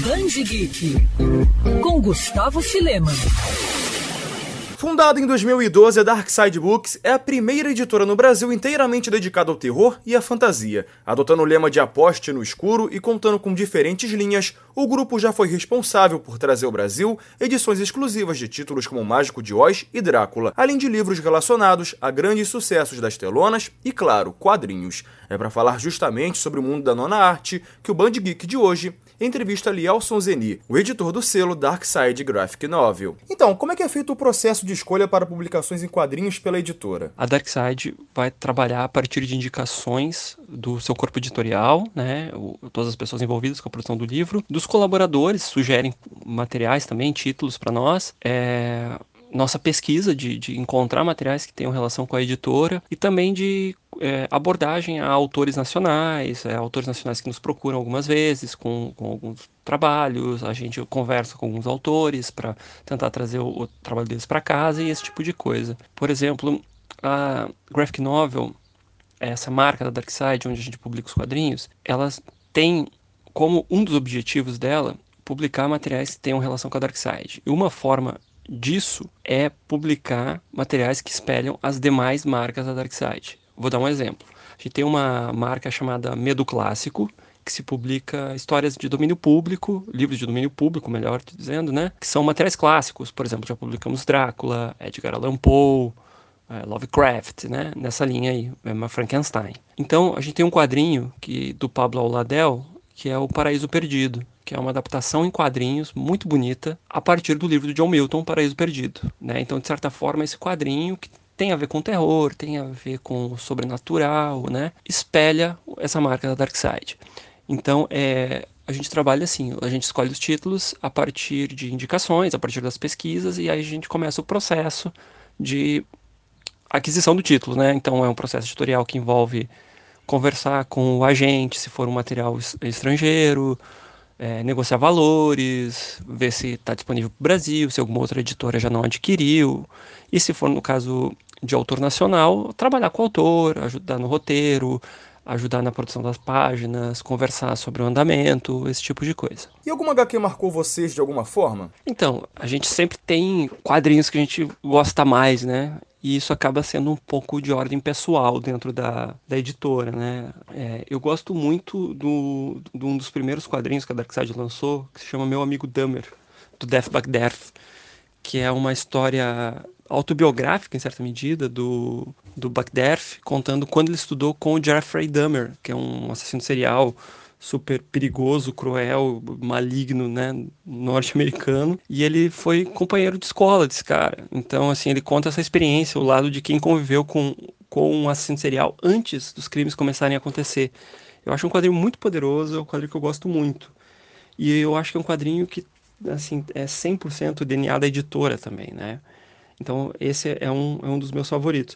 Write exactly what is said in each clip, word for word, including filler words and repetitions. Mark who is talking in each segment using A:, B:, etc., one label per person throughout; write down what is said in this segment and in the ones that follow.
A: Band Geek, com Gustavo Filema.
B: Fundada em dois mil e doze, a Dark Side Books é a primeira editora no Brasil inteiramente dedicada ao terror e à fantasia. Adotando o lema de aposte no escuro e contando com diferentes linhas, o grupo já foi responsável por trazer ao Brasil edições exclusivas de títulos como Mágico de Oz e Drácula, além de livros relacionados a grandes sucessos das telonas e, claro, quadrinhos. É para falar justamente sobre o mundo da nona arte que o Band Geek de hoje entrevista Lielson Zeni, o editor do selo Dark Side Graphic Novel. Então, como é que é feito o processo de escolha para publicações em quadrinhos pela editora?
C: A Dark Side vai trabalhar a partir de indicações do seu corpo editorial, né, o, todas as pessoas envolvidas com a produção do livro, dos colaboradores, sugerem materiais também, títulos para nós, é... nossa pesquisa de, de encontrar materiais que tenham relação com a editora e também de é, abordagem a autores nacionais, é, autores nacionais que nos procuram algumas vezes com, com alguns trabalhos, a gente conversa com alguns autores para tentar trazer o, o trabalho deles para casa e esse tipo de coisa. Por exemplo, a Graphic Novel, essa marca da Dark Side, onde a gente publica os quadrinhos, ela tem como um dos objetivos dela publicar materiais que tenham relação com a Dark Side. E uma forma disso é publicar materiais que espelham as demais marcas da Dark Side. Vou dar um exemplo. A gente tem uma marca chamada Medo Clássico, que se publica histórias de domínio público, livros de domínio público, melhor dizendo, né? Que são materiais clássicos. Por exemplo, já publicamos Drácula, Edgar Allan Poe, é, Lovecraft, né? Nessa linha aí, é uma Frankenstein. Então, a gente tem um quadrinho que, do Pablo Auladel, que é O Paraíso Perdido, que é uma adaptação em quadrinhos muito bonita a partir do livro do John Milton, O Paraíso Perdido, né? Então, de certa forma, esse quadrinho que tem a ver com terror, tem a ver com o sobrenatural, né? Espelha essa marca da Dark Side. Então, é, a gente trabalha assim, a gente escolhe os títulos a partir de indicações, a partir das pesquisas, e aí a gente começa o processo de aquisição do título, né? Então, é um processo editorial que envolve conversar com o agente, se for um material estrangeiro, é, negociar valores, ver se está disponível para o Brasil, se alguma outra editora já não adquiriu, e se for no caso de autor nacional, trabalhar com o autor, ajudar no roteiro, ajudar na produção das páginas, conversar sobre o andamento, esse tipo de coisa.
B: E alguma agá quê marcou vocês de alguma forma?
C: Então, a gente sempre tem quadrinhos que a gente gosta mais, né? E isso acaba sendo um pouco de ordem pessoal dentro da, da editora, né? É, eu gosto muito do, de um dos primeiros quadrinhos que a Dark Side lançou, que se chama Meu Amigo Dahmer, do Death Back Death, que é uma história autobiográfica, em certa medida, do, do Backderf, contando quando ele estudou com o Jeffrey Dahmer, que é um assassino serial super perigoso, cruel, maligno, né, norte-americano, e ele foi companheiro de escola desse cara. Então, assim, ele conta essa experiência, o lado de quem conviveu com, com um assassino serial antes dos crimes começarem a acontecer. Eu acho um quadrinho muito poderoso, é um quadrinho que eu gosto muito. E eu acho que é um quadrinho que, assim, é cem por cento D N A da editora também, né? Então, esse é um, é um dos meus favoritos.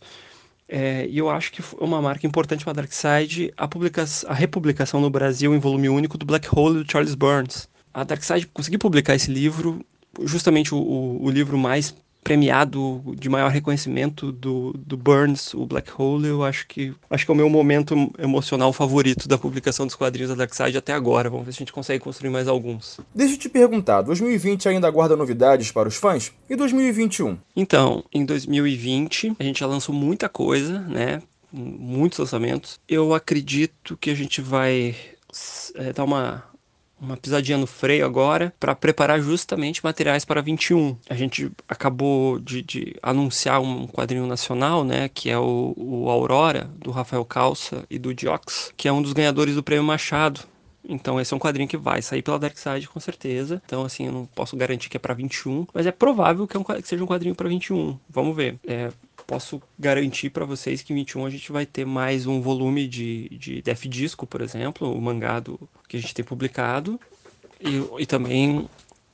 C: É, e eu acho que é uma marca importante para a Dark Side a, publica- a republicação no Brasil em volume único do Black Hole do Charles Burns. A Dark Side conseguiu publicar esse livro, justamente o, o, o livro mais premiado, de maior reconhecimento do, do Burns, o Black Hole. Eu acho que, acho que é o meu momento emocional favorito da publicação dos quadrinhos da Dark Side até agora. Vamos ver se a gente consegue construir mais alguns.
B: Deixa eu te perguntar, dois mil e vinte ainda aguarda novidades para os fãs? E dois mil e vinte e um?
C: Então, em dois mil e vinte, a gente já lançou muita coisa, né? Muitos lançamentos. Eu acredito que a gente vai é, dar uma... uma pisadinha no freio agora para preparar justamente materiais para vinte e um. A gente acabou de, de anunciar um quadrinho nacional, né, que é o, o Aurora, do Rafael Calça e do Diox, que é um dos ganhadores do Prêmio Machado. Então esse é um quadrinho que vai sair pela Dark Side com certeza. Então assim, eu não posso garantir que é para vinte e um, mas é provável que, é um, que seja um quadrinho para vinte e um. Vamos ver. É, posso garantir para vocês que em vinte e um a gente vai ter mais um volume de, de Def Disco, por exemplo, o mangá do, que a gente tem publicado. E, e também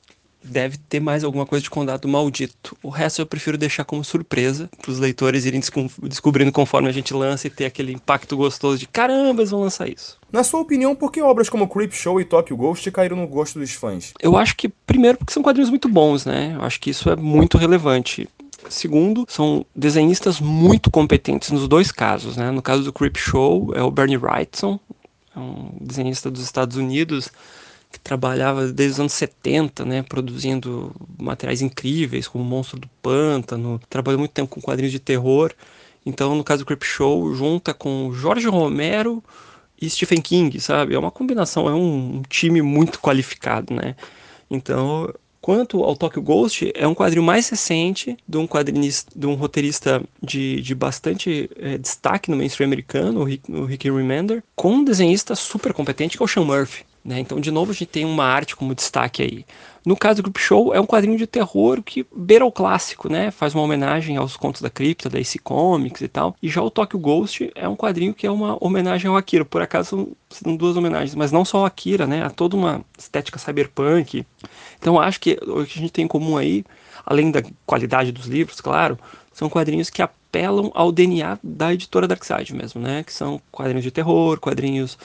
C: deve ter mais alguma coisa de Condado Maldito. O resto eu prefiro deixar como surpresa para os leitores irem desco- descobrindo conforme a gente lança e ter aquele impacto gostoso de caramba, eles vão lançar isso.
B: Na sua opinião, por que obras como Creepshow e Tokyo Ghost caíram no gosto dos fãs?
C: Eu acho que, primeiro, porque são quadrinhos muito bons, né? Eu acho que isso é muito relevante. Segundo, são desenhistas muito competentes nos dois casos, né? No caso do Creepshow, é o Bernie Wrightson, é um desenhista dos Estados Unidos, que trabalhava desde os anos setenta, né, produzindo materiais incríveis, como o Monstro do Pântano, trabalhou muito tempo com quadrinhos de terror. Então, no caso do Creepshow, junta com Jorge Romero e Stephen King, sabe? É uma combinação, é um, um time muito qualificado, né? Então, quanto ao Tokyo Ghost, é um quadrinho mais recente de um quadrinista, de um roteirista de, de bastante é, destaque no mainstream americano, o Rick, o Rick Remender, com um desenhista super competente que é o Sean Murphy. Né? Então, de novo, a gente tem uma arte como destaque aí. No caso do Creepshow, é um quadrinho de terror que beira o clássico, né? Faz uma homenagem aos Contos da Cripta, da A C Comics e tal. E já o Tokyo Ghost é um quadrinho que é uma homenagem ao Akira. Por acaso, são, são duas homenagens, mas não só ao Akira, né? Há toda uma estética cyberpunk. Então, acho que o que a gente tem em comum aí, além da qualidade dos livros, claro, são quadrinhos que apelam ao D N A da editora Darkseid mesmo, né? Que são quadrinhos de terror, quadrinhos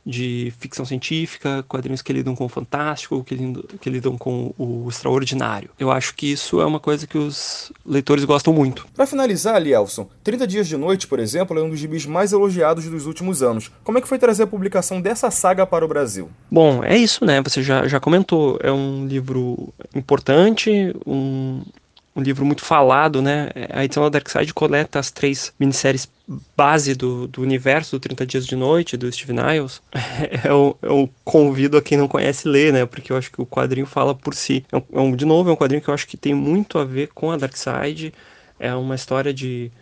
C: de ficção científica, quadrinhos que lidam com o fantástico, que lidam, que lidam com o extraordinário. Eu acho que isso é uma coisa que os leitores gostam muito.
B: Para finalizar, Lielson, trinta Dias de Noite, por exemplo, é um dos gibis mais elogiados dos últimos anos. Como é que foi trazer a publicação dessa saga para o Brasil?
C: Bom, é isso, né? Você já, já comentou. É um livro importante, um... um livro muito falado, né? A edição da Darkseid coleta as três minisséries base do, do universo do trinta Dias de Noite, do Steve Niles. Eu, eu convido a quem não conhece ler, né? Porque eu acho que o quadrinho fala por si. É um, é um, de novo, é um quadrinho que eu acho que tem muito a ver com a Darkseid. É uma história de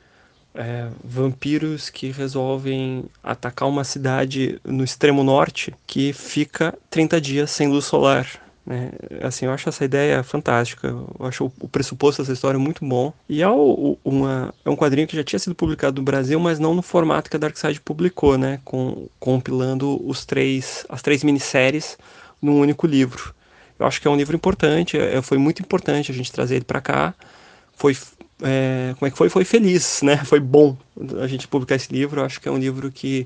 C: é, vampiros que resolvem atacar uma cidade no extremo norte que fica trinta dias sem luz solar. É, assim, eu acho essa ideia fantástica, eu acho o pressuposto dessa história muito bom. E é, o, uma, é um quadrinho que já tinha sido publicado no Brasil, mas não no formato que a Darkseid publicou, né? Com, compilando os três, as três minisséries num único livro. Eu acho que é um livro importante, é, foi muito importante a gente trazer ele para cá. Foi, é, como é que foi? Foi feliz, né? Foi bom a gente publicar esse livro. Eu acho que é um livro que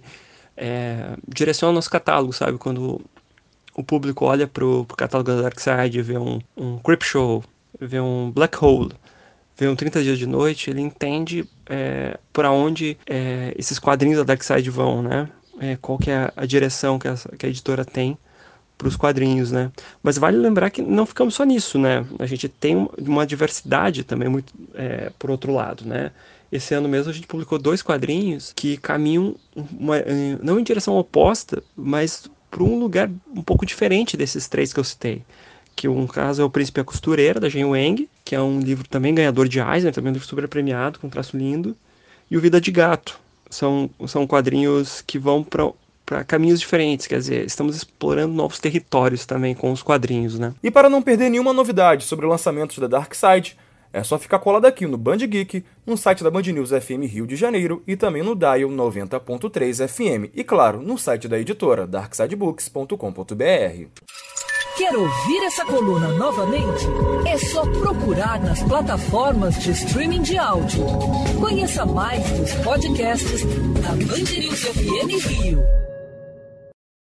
C: é, direciona o nosso catálogo, sabe? Quando o público olha pro, pro catálogo da Darkseid, vê um, um Creepshow, vê um Black Hole, vê um trinta Dias de Noite, ele entende é, para onde é, esses quadrinhos da Darkseid vão, né? É, qual que é a, a direção que a, que a editora tem para os quadrinhos, né? Mas vale lembrar que não ficamos só nisso, né? A gente tem uma diversidade também muito é, por outro lado, né? Esse ano mesmo a gente publicou dois quadrinhos que caminham uma, não em direção oposta, mas para um lugar um pouco diferente desses três que eu citei. Que um caso é O Príncipe e a Costureira, da Jen Wang, que é um livro também ganhador de Eisner, também um livro super premiado, com um traço lindo. E o Vida de Gato. São, são quadrinhos que vão para caminhos diferentes, quer dizer, estamos explorando novos territórios também com os quadrinhos, né?
B: E para não perder nenhuma novidade sobre lançamentos da Darkseid, é só ficar colado aqui no Band Geek, no site da Band News F M Rio de Janeiro e também no Dial noventa ponto três F M. E claro, no site da editora, darkside books ponto com ponto b r.
A: Quer ouvir essa coluna novamente? É só procurar nas plataformas de streaming de áudio. Conheça mais dos podcasts da Band News F M Rio.